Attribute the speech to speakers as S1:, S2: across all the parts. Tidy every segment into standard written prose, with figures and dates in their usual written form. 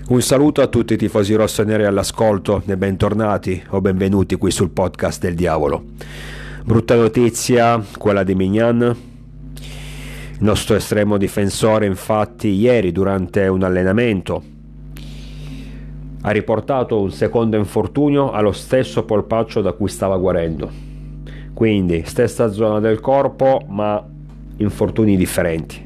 S1: Un saluto a tutti i tifosi rossoneri all'ascolto e bentornati o benvenuti qui sul podcast del diavolo. Brutta notizia quella di Maignan. Il nostro estremo difensore, infatti, ieri durante un allenamento ha riportato un secondo infortunio allo stesso polpaccio da cui stava guarendo. Quindi stessa zona del corpo ma infortuni differenti.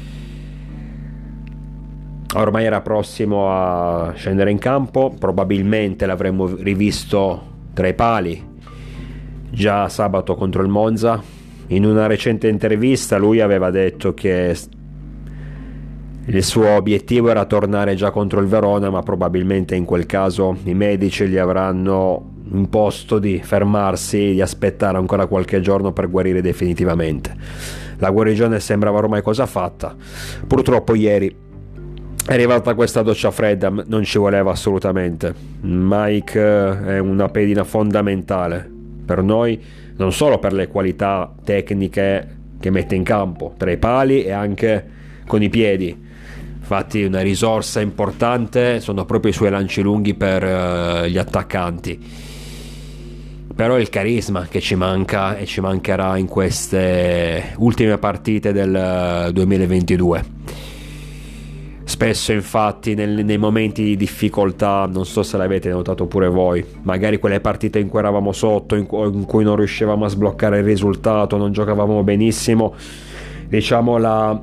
S1: Ormai era prossimo a scendere in campo, probabilmente l'avremmo rivisto tra i pali già sabato contro il Monza. In una recente intervista lui aveva detto che il suo obiettivo era tornare già contro il Verona, ma probabilmente in quel caso i medici gli avranno imposto di fermarsi, di aspettare ancora qualche giorno per guarire definitivamente. La guarigione sembrava ormai cosa fatta. Purtroppo ieri è arrivata questa doccia fredda, non ci voleva assolutamente. Mike è una pedina fondamentale per noi, non solo per le qualità tecniche che mette in campo, tra i pali e anche con i piedi. Infatti una risorsa importante sono proprio i suoi lanci lunghi per gli attaccanti. Però è il carisma che ci manca e ci mancherà in queste ultime partite del 2022. Spesso infatti nei momenti di difficoltà, non so se l'avete notato pure voi, magari quelle partite in cui eravamo sotto, in cui non riuscivamo a sbloccare il risultato, non giocavamo benissimo, diciamo la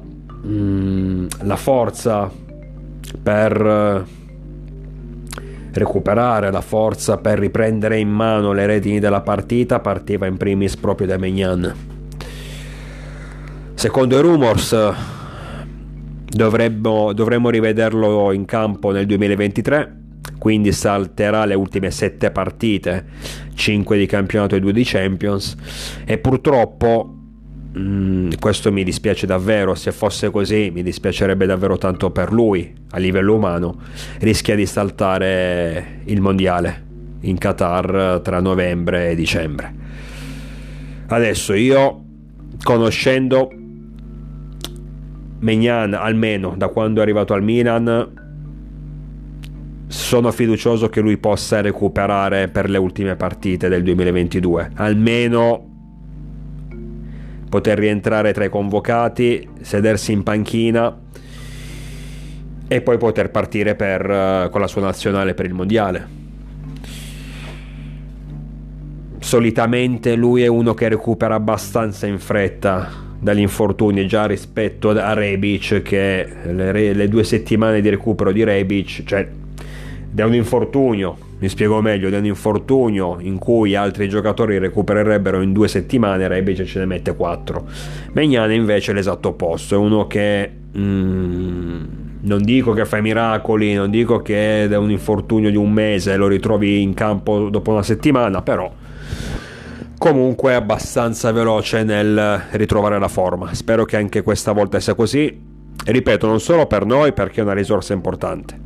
S1: forza per recuperare, la forza per riprendere in mano le redini della partita partiva in primis proprio da Maignan. Secondo i rumors dovremmo rivederlo in campo nel 2023, quindi salterà le ultime 7 partite, 5 di campionato e 2 di Champions, e purtroppo questo mi dispiace davvero. Se fosse così mi dispiacerebbe davvero tanto per lui a livello umano. Rischia di saltare il mondiale in Qatar tra novembre e dicembre. Adesso io, conoscendo Maignan, almeno da quando è arrivato al Milan, sono fiducioso che lui possa recuperare per le ultime partite del 2022, almeno poter rientrare tra i convocati, sedersi in panchina e poi poter partire con la sua nazionale per il mondiale. Solitamente lui è uno che recupera abbastanza in fretta dagli infortuni, già rispetto a Rebic, che le 2 settimane di recupero di Rebic, cioè da un infortunio, mi spiego meglio, da un infortunio in cui altri giocatori recupererebbero in 2 settimane, Rebic ce ne mette 4. Maignan invece è l'esatto opposto, è uno che non dico che fa i miracoli, non dico che da un infortunio di un mese lo ritrovi in campo dopo una settimana, però comunque è abbastanza veloce nel ritrovare la forma. Spero che anche questa volta sia così, ripeto, non solo per noi, perché è una risorsa importante,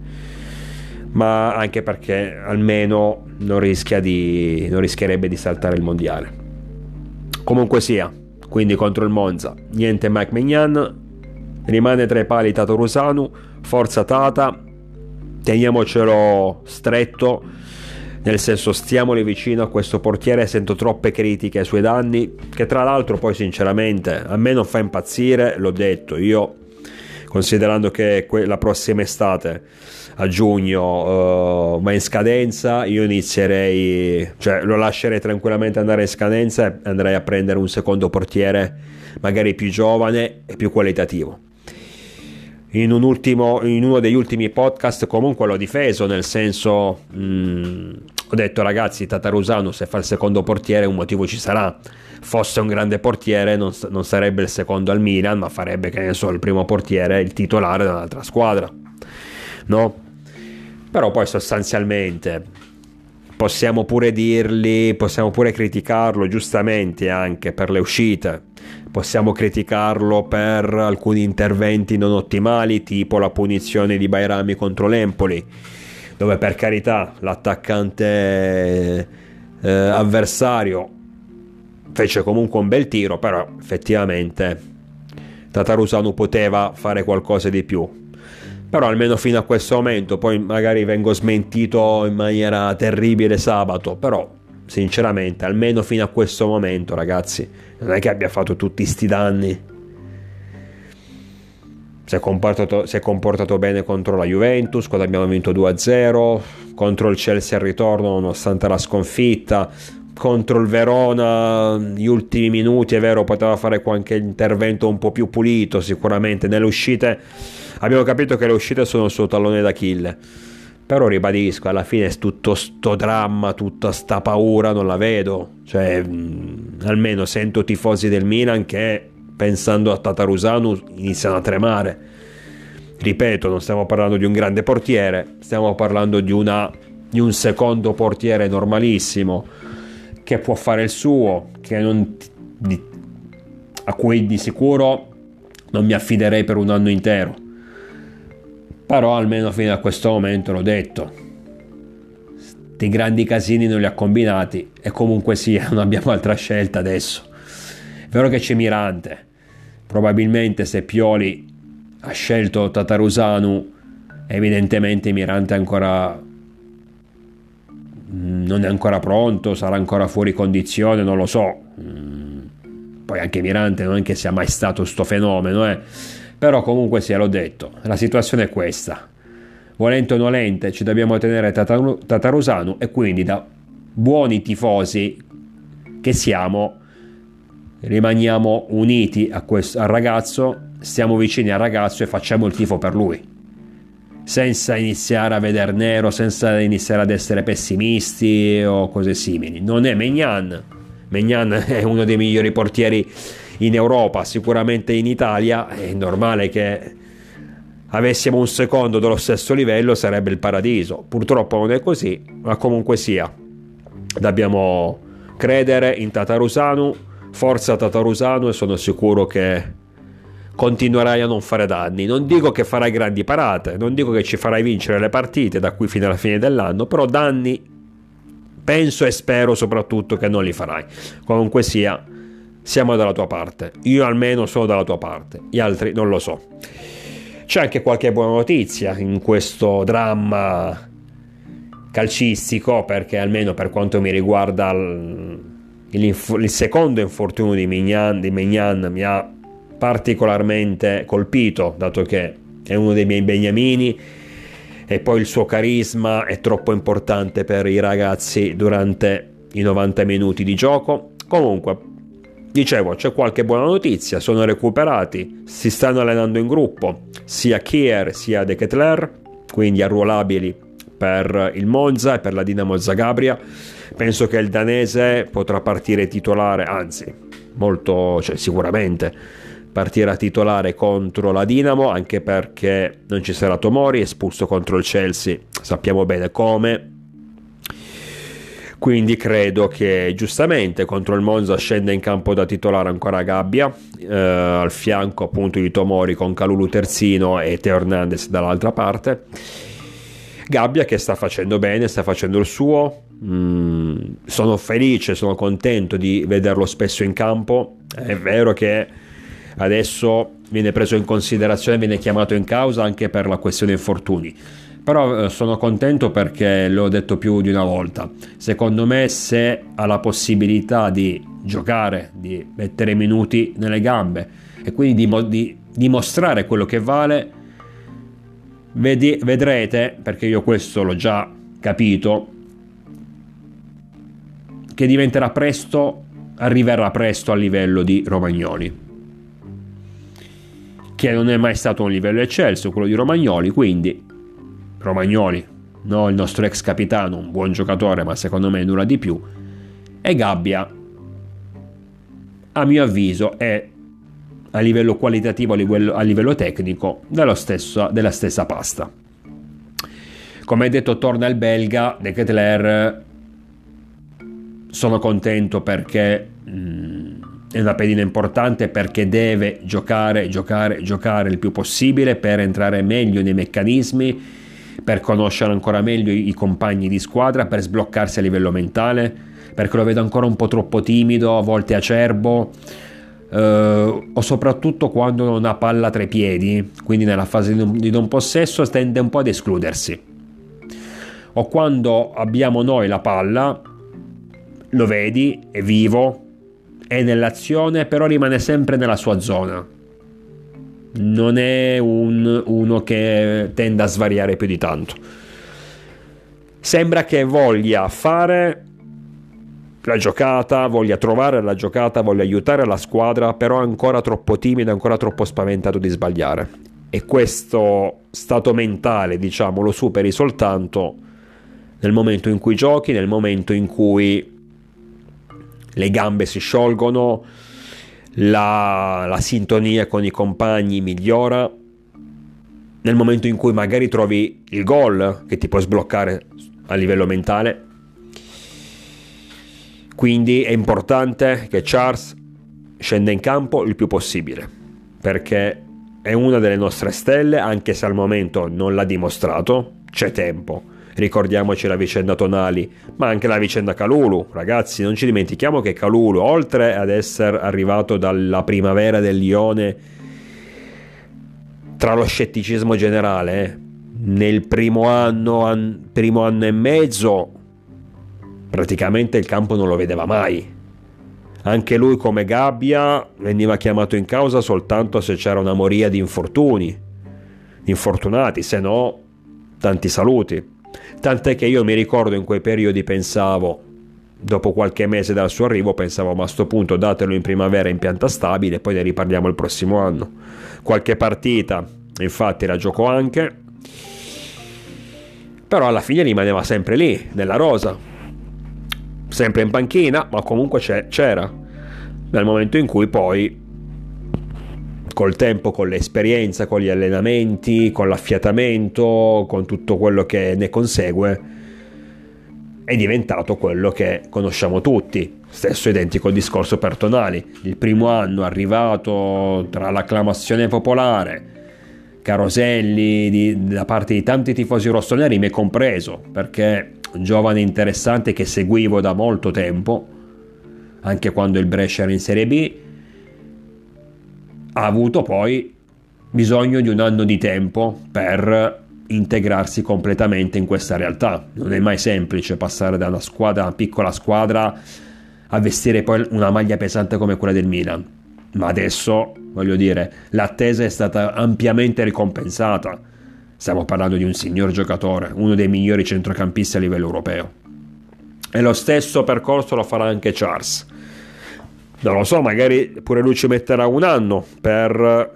S1: ma anche perché almeno non rischierebbe di saltare il mondiale. Comunque sia, quindi contro il Monza niente Mike Maignan, rimane tra i pali Tatarusanu. Forza Tata, teniamocelo stretto, nel senso stiamoli vicino a questo portiere. Sento troppe critiche ai suoi danni, che tra l'altro poi sinceramente a me non fa impazzire. L'ho detto io, considerando che la prossima estate a giugno va in scadenza, io inizierei, cioè lo lascerei tranquillamente andare in scadenza e andrei a prendere un secondo portiere magari più giovane e più qualitativo. In uno degli ultimi podcast comunque l'ho difeso, nel senso ho detto ragazzi, Tatarusanu se fa il secondo portiere un motivo ci sarà. Fosse un grande portiere non sarebbe il secondo al Milan, ma farebbe, che ne so, il primo portiere, il titolare da un'altra squadra, no? Però poi sostanzialmente possiamo pure criticarlo giustamente anche per le uscite, possiamo criticarlo per alcuni interventi non ottimali, tipo la punizione di Bairami contro l'Empoli, dove per carità l'attaccante avversario fece comunque un bel tiro, però effettivamente Tatarusanu poteva fare qualcosa di più. Però almeno fino a questo momento, poi magari vengo smentito in maniera terribile sabato, però sinceramente almeno fino a questo momento, ragazzi, non è che abbia fatto tutti sti danni. Si è comportato bene contro la Juventus quando abbiamo vinto 2-0, contro il Chelsea al ritorno nonostante la sconfitta, contro il Verona gli ultimi minuti, è vero, poteva fare qualche intervento un po' più pulito sicuramente. Nelle uscite abbiamo capito che le uscite sono il suo tallone d'Achille, però ribadisco, alla fine tutto sto dramma, tutta sta paura non la vedo. Cioè almeno sento tifosi del Milan che pensando a Tatarusanu iniziano a tremare. Ripeto, non stiamo parlando di un grande portiere, stiamo parlando di un secondo portiere normalissimo che può fare il suo, a cui di sicuro non mi affiderei per un anno intero. Però almeno fino a questo momento, l'ho detto, dei grandi casini non li ha combinati, e comunque sia non abbiamo altra scelta adesso. È vero che c'è Mirante, probabilmente se Pioli ha scelto Tatarusanu, evidentemente Mirante non è ancora pronto, sarà ancora fuori condizione, non lo so. Poi anche Mirante non è che sia mai stato sto fenomeno, però comunque sia, l'ho detto, la situazione è questa. Volente o nolente ci dobbiamo tenere Tatarusanu, e quindi da buoni tifosi che siamo rimaniamo uniti al ragazzo, stiamo vicini al ragazzo e facciamo il tifo per lui, senza iniziare a veder nero, senza iniziare ad essere pessimisti o cose simili. Non è Maignan è uno dei migliori portieri in Europa, sicuramente in Italia è normale che avessimo un secondo dello stesso livello, sarebbe il paradiso. Purtroppo non è così, ma comunque sia dobbiamo credere in Tatarusanu. Forza Tatarusanu, e sono sicuro che continuerai a non fare danni. Non dico che farai grandi parate, non dico che ci farai vincere le partite da qui fino alla fine dell'anno, però danni penso e spero soprattutto che non li farai. Comunque sia, siamo dalla tua parte. Io almeno sono dalla tua parte, gli altri non lo so. C'è anche qualche buona notizia in questo dramma calcistico, perché almeno per quanto mi riguarda il secondo infortunio di Maignan mi ha particolarmente colpito, dato che è uno dei miei beniamini e poi il suo carisma è troppo importante per i ragazzi durante i 90 minuti di gioco. Comunque, dicevo, c'è qualche buona notizia, sono recuperati, si stanno allenando in gruppo sia Kier sia De Ketelaere, quindi arruolabili per il Monza e per la Dinamo Zagabria. Penso che il danese potrà partire titolare, anzi sicuramente partirà titolare contro la Dinamo, anche perché non ci sarà Tomori, espulso contro il Chelsea, sappiamo bene come. Quindi credo che giustamente contro il Monza scenda in campo da titolare ancora Gabbia, al fianco appunto di Tomori con Kalulu terzino e Teo Hernandez dall'altra parte. Gabbia che sta facendo bene, sta facendo il suo. Sono felice, sono contento di vederlo spesso in campo. È vero che adesso viene preso in considerazione, viene chiamato in causa anche per la questione infortuni, però sono contento perché l'ho detto più di una volta, secondo me se ha la possibilità di giocare, di mettere minuti nelle gambe e quindi di dimostrare quello che vale, vedrete, perché io questo l'ho già capito, che arriverà presto al livello di Romagnoli, che non è mai stato un livello eccelso quello di Romagnoli. Quindi Romagnoli, no, il nostro ex capitano, un buon giocatore ma secondo me nulla di più, e Gabbia a mio avviso è a livello qualitativo, a livello tecnico della stessa pasta. Come detto, torna il belga De Ketelaere. Sono contento perché è una pedina importante, perché deve giocare il più possibile per entrare meglio nei meccanismi, per conoscere ancora meglio i compagni di squadra, per sbloccarsi a livello mentale, perché lo vedo ancora un po' troppo timido, a volte acerbo. o soprattutto quando non ha palla tra i piedi, quindi nella fase di non possesso tende un po' ad escludersi, o quando abbiamo noi la palla lo vedi, è vivo, è nell'azione, però rimane sempre nella sua zona, non è uno che tende a svariare più di tanto. Sembra che voglia fare la giocata, voglia trovare la giocata, voglia aiutare la squadra, però è ancora troppo timido, ancora troppo spaventato di sbagliare. E questo stato mentale, diciamo, lo superi soltanto nel momento in cui giochi, nel momento in cui le gambe si sciolgono, la sintonia con i compagni migliora, nel momento in cui magari trovi il gol che ti può sbloccare a livello mentale. Quindi è importante che Charles scenda in campo il più possibile, perché è una delle nostre stelle, anche se al momento non l'ha dimostrato. C'è tempo, ricordiamoci la vicenda Tonali, ma anche la vicenda Kalulu. Ragazzi, non ci dimentichiamo che Kalulu, oltre ad essere arrivato dalla primavera del Lione, tra lo scetticismo generale, nel primo anno e mezzo praticamente il campo non lo vedeva mai. Anche lui, come Gabbia, veniva chiamato in causa soltanto se c'era una moria di infortunati, se no tanti saluti. Tant'è che io mi ricordo in quei periodi pensavo, dopo qualche mese dal suo arrivo, pensavo, ma a sto punto datelo in primavera in pianta stabile e poi ne riparliamo il prossimo anno. Qualche partita infatti la giocò anche, però alla fine rimaneva sempre lì nella rosa, sempre in panchina, ma comunque c'era. Nel momento in cui poi col tempo, con l'esperienza, con gli allenamenti, con l'affiatamento, con tutto quello che ne consegue, è diventato quello che conosciamo tutti. Stesso identico discorso per Tonali. Il primo anno arrivato tra l'acclamazione popolare, caroselli da parte di tanti tifosi rossoneri, me compreso, perché un giovane interessante che seguivo da molto tempo, anche quando il Brescia era in Serie B, ha avuto poi bisogno di un anno di tempo per integrarsi completamente in questa realtà. Non è mai semplice passare da una piccola squadra a vestire poi una maglia pesante come quella del Milan, ma adesso, voglio dire, l'attesa è stata ampiamente ricompensata. Stiamo parlando di un signor giocatore, uno dei migliori centrocampisti a livello europeo, e lo stesso percorso lo farà anche Charles. Non lo so, magari pure lui ci metterà un anno per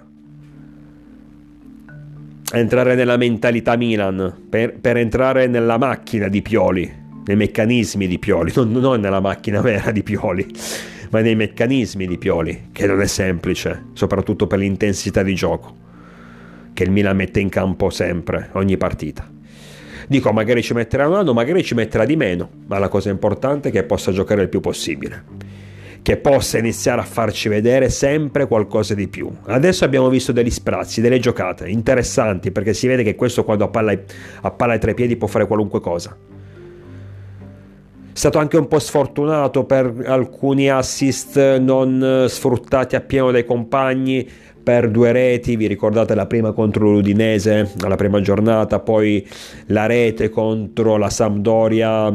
S1: entrare nella mentalità Milan, per entrare nella macchina di Pioli, nei meccanismi di Pioli, non nella macchina vera di Pioli, ma nei meccanismi di Pioli, che non è semplice, soprattutto per l'intensità di gioco che il Milan mette in campo sempre, ogni partita. Dico, magari ci metterà un anno, magari ci metterà di meno, ma la cosa importante è che possa giocare il più possibile, che possa iniziare a farci vedere sempre qualcosa di più. Adesso abbiamo visto degli sprazzi, delle giocate interessanti, perché si vede che questo, quando a palla ai tre piedi, può fare qualunque cosa. È stato anche un po' sfortunato per alcuni assist non sfruttati appieno dai compagni, per 2 reti. Vi ricordate la prima contro l'Udinese alla prima giornata, poi la rete contro la Sampdoria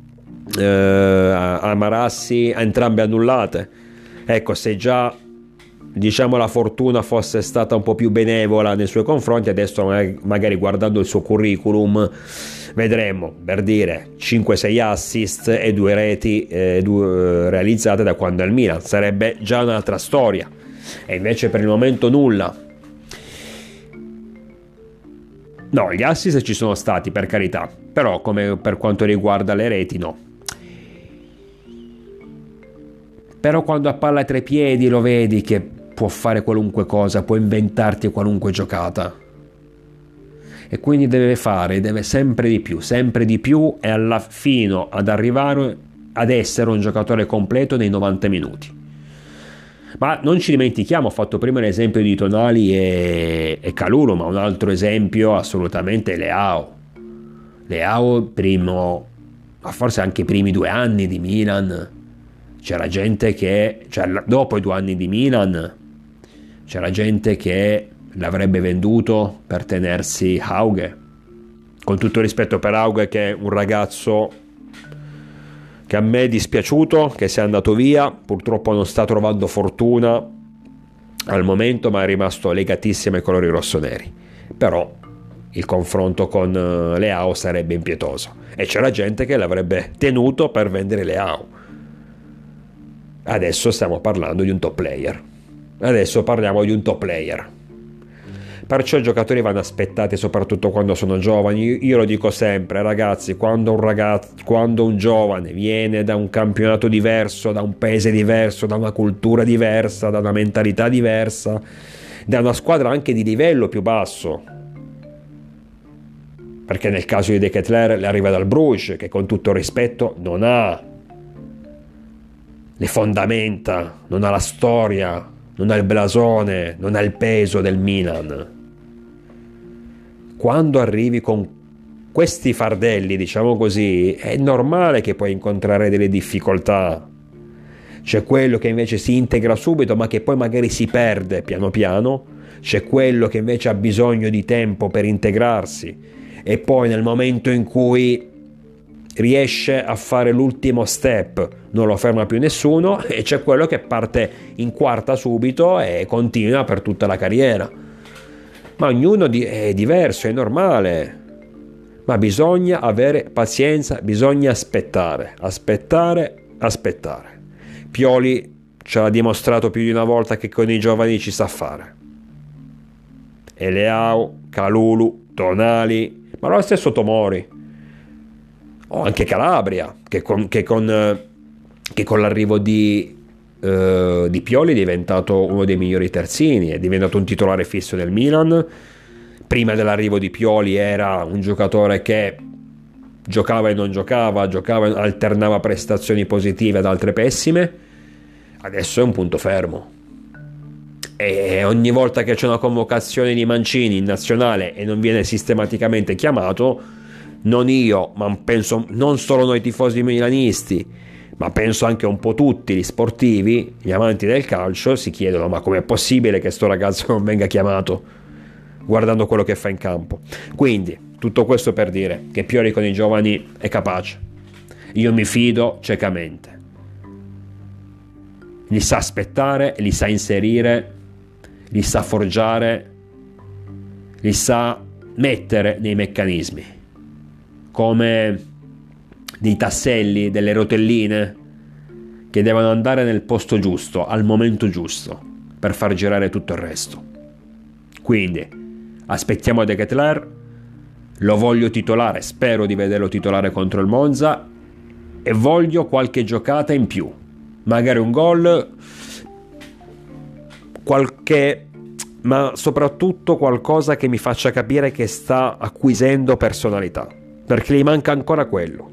S1: a Marassi, entrambe annullate. Ecco, se già, diciamo, la fortuna fosse stata un po' più benevola nei suoi confronti, adesso magari guardando il suo curriculum vedremo, per dire, 5-6 assist e 2 reti realizzate da quando è al Milan. Sarebbe già un'altra storia, e invece per il momento nulla. No, gli assist ci sono stati, per carità, però come per quanto riguarda le reti no. Però quando a palla ai tre piedi lo vedi che può fare qualunque cosa, può inventarti qualunque giocata, e quindi deve sempre di più, e alla fine ad arrivare ad essere un giocatore completo nei 90 minuti. Ma non ci dimentichiamo, ho fatto prima l'esempio di Tonali e Kalulu, ma un altro esempio assolutamente è Leao, forse anche i primi 2 anni di Milan, c'era gente che, cioè, dopo i 2 anni di Milan, c'era gente che l'avrebbe venduto per tenersi Hauge. Con tutto il rispetto per Hauge, che è un ragazzo che a me è dispiaciuto che sia andato via, purtroppo non sta trovando fortuna al momento, ma è rimasto legatissimo ai colori rossoneri. Però il confronto con Leao sarebbe impietoso, e c'era gente che l'avrebbe tenuto per vendere Leao. Adesso stiamo parlando di un top player. Adesso parliamo di un top player. Perciò i giocatori vanno aspettati, soprattutto quando sono giovani. Io lo dico sempre, ragazzi, quando un giovane viene da un campionato diverso, da un paese diverso, da una cultura diversa, da una mentalità diversa, da una squadra anche di livello più basso, perché nel caso di De Ketelaere arriva dal Bruges, che con tutto il rispetto non ha le fondamenta, non ha la storia, non ha il blasone, non ha il peso del Milan. Quando arrivi con questi fardelli, diciamo così, è normale che puoi incontrare delle difficoltà. C'è quello che invece si integra subito, ma che poi magari si perde piano piano. C'è quello che invece ha bisogno di tempo per integrarsi, e poi nel momento in cui riesce a fare l'ultimo step non lo ferma più nessuno, e c'è quello che parte in quarta subito e continua per tutta la carriera. Ma ognuno è diverso, è normale, ma bisogna avere pazienza, bisogna aspettare. Pioli ci ha dimostrato più di una volta che con i giovani ci sa fare. E Leao, Kalulu, Tonali, ma lo stesso Tomori, o anche Calabria, che con l'arrivo di Pioli è diventato uno dei migliori terzini, è diventato un titolare fisso del Milan. Prima dell'arrivo di Pioli era un giocatore che giocava e non giocava, alternava prestazioni positive ad altre pessime. Adesso è un punto fermo, e ogni volta che c'è una convocazione di Mancini in nazionale e non viene sistematicamente chiamato, non io, ma penso non solo noi tifosi milanisti, ma penso anche un po' tutti gli sportivi, gli amanti del calcio, si chiedono: ma com'è possibile che sto ragazzo non venga chiamato, guardando quello che fa in campo? Quindi tutto questo per dire che Pioli con i giovani è capace. Io mi fido ciecamente, li sa aspettare, li sa inserire, li sa forgiare, li sa mettere nei meccanismi, come dei tasselli, delle rotelline che devono andare nel posto giusto, al momento giusto, per far girare tutto il resto. Quindi aspettiamo De Ketelaere, lo voglio titolare, spero di vederlo titolare contro il Monza, e voglio qualche giocata in più, magari un gol, ma soprattutto qualcosa che mi faccia capire che sta acquisendo personalità, perché gli manca ancora quello,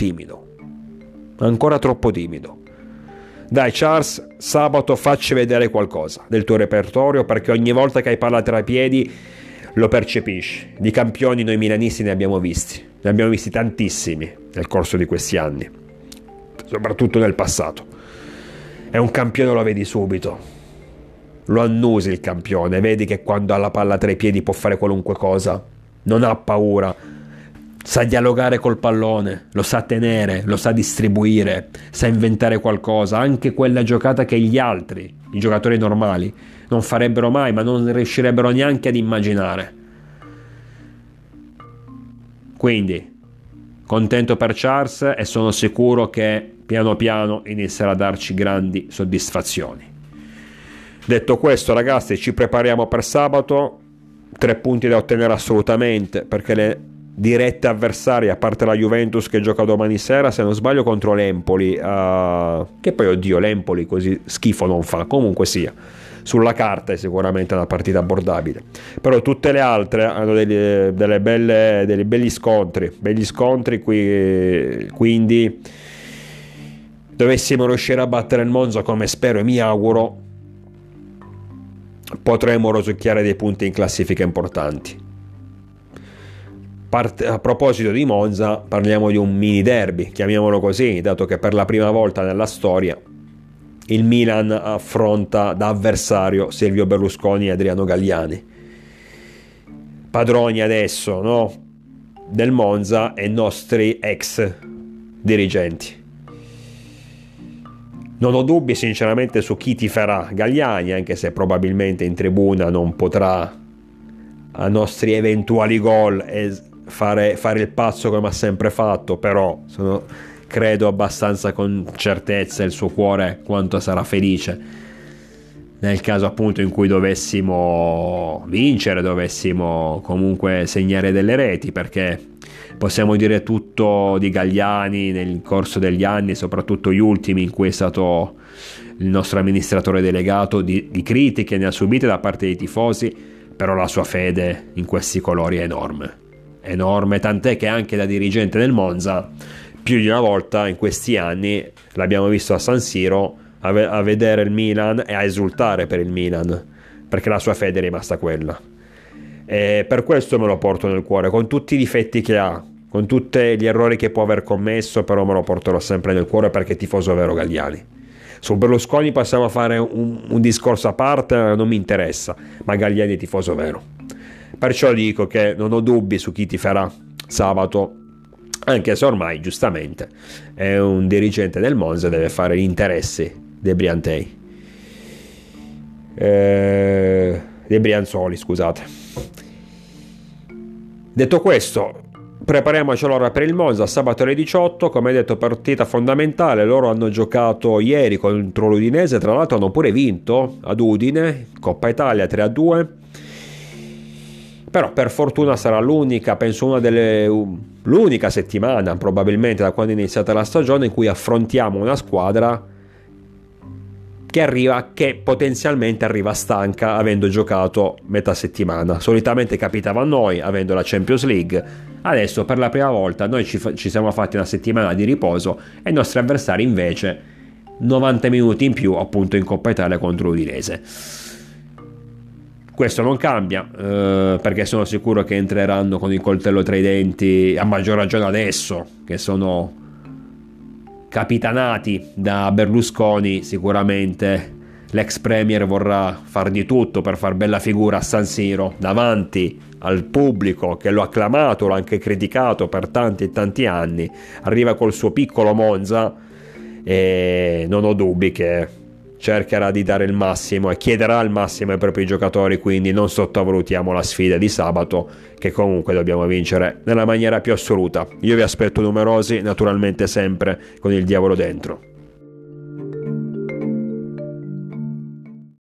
S1: ancora troppo timido. Dai Charles, sabato facci vedere qualcosa del tuo repertorio, perché ogni volta che hai palla tra i piedi lo percepisci. Di campioni noi milanisti ne abbiamo visti tantissimi nel corso di questi anni, soprattutto nel passato. È un campione, lo vedi subito, lo annusi il campione, vedi che quando ha la palla tra i piedi può fare qualunque cosa, non ha paura, sa dialogare col pallone, lo sa tenere, lo sa distribuire, sa inventare qualcosa, anche quella giocata che gli altri, i giocatori normali, non farebbero mai, ma non riuscirebbero neanche ad immaginare. Quindi contento per Charles, e sono sicuro che piano piano inizierà a darci grandi soddisfazioni. Detto questo, ragazzi, ci prepariamo per sabato. 3 punti da ottenere assolutamente, perché le dirette avversarie, a parte la Juventus che gioca domani sera, se non sbaglio contro l'Empoli, che poi oddio, l'Empoli così schifo non fa, comunque sia, sulla carta è sicuramente una partita abbordabile, però tutte le altre hanno dei belli scontri qui, quindi dovessimo riuscire a battere il Monza, come spero e mi auguro, potremo rosicchiare dei punti in classifica importanti. A proposito di Monza, parliamo di un mini derby, chiamiamolo così, dato che per la prima volta nella storia il Milan affronta da avversario Silvio Berlusconi e Adriano Galliani, padroni adesso, no, del Monza e nostri ex dirigenti. Non ho dubbi sinceramente su chi tiferà Galliani, anche se probabilmente in tribuna non potrà a nostri eventuali gol e fare il pazzo come ha sempre fatto, però credo abbastanza con certezza il suo cuore quanto sarà felice nel caso appunto in cui dovessimo vincere, dovessimo comunque segnare delle reti, perché possiamo dire tutto di Galliani nel corso degli anni, soprattutto gli ultimi in cui è stato il nostro amministratore delegato, di critiche ne ha subite da parte dei tifosi, però la sua fede in questi colori è enorme, tant'è che anche da dirigente del Monza più di una volta in questi anni l'abbiamo visto a San Siro a vedere il Milan e a esultare per il Milan, perché la sua fede è rimasta quella, e per questo me lo porto nel cuore, con tutti i difetti che ha, con tutti gli errori che può aver commesso, però me lo porterò sempre nel cuore perché è tifoso vero Galliani. Su Berlusconi possiamo fare un discorso a parte, non mi interessa, ma Galliani è tifoso vero, perciò dico che non ho dubbi su chi tiferà sabato, anche se ormai giustamente è un dirigente del Monza e deve fare gli interessi dei Briantei, dei Brianzoli, scusate. Detto questo, prepariamoci allora per il Monza sabato alle 18, come detto partita fondamentale. Loro hanno giocato ieri contro l'Udinese, tra l'altro hanno pure vinto ad Udine, Coppa Italia 3-2, però per fortuna sarà l'unica settimana probabilmente da quando è iniziata la stagione in cui affrontiamo una squadra che potenzialmente arriva stanca avendo giocato metà settimana. Solitamente capitava a noi avendo la Champions League, adesso per la prima volta noi ci siamo fatti una settimana di riposo e i nostri avversari invece 90 minuti in più appunto in Coppa Italia contro l'Udinese. Questo non cambia, perché sono sicuro che entreranno con il coltello tra i denti, a maggior ragione adesso che sono capitanati da Berlusconi. Sicuramente l'ex premier vorrà far di tutto per far bella figura a San Siro davanti al pubblico che lo ha acclamato, l'ha anche criticato per tanti e tanti anni. Arriva col suo piccolo Monza e non ho dubbi che cercherà di dare il massimo e chiederà il massimo ai propri giocatori, quindi non sottovalutiamo la sfida di sabato, che comunque dobbiamo vincere nella maniera più assoluta. Io vi aspetto numerosi, naturalmente sempre con il diavolo dentro.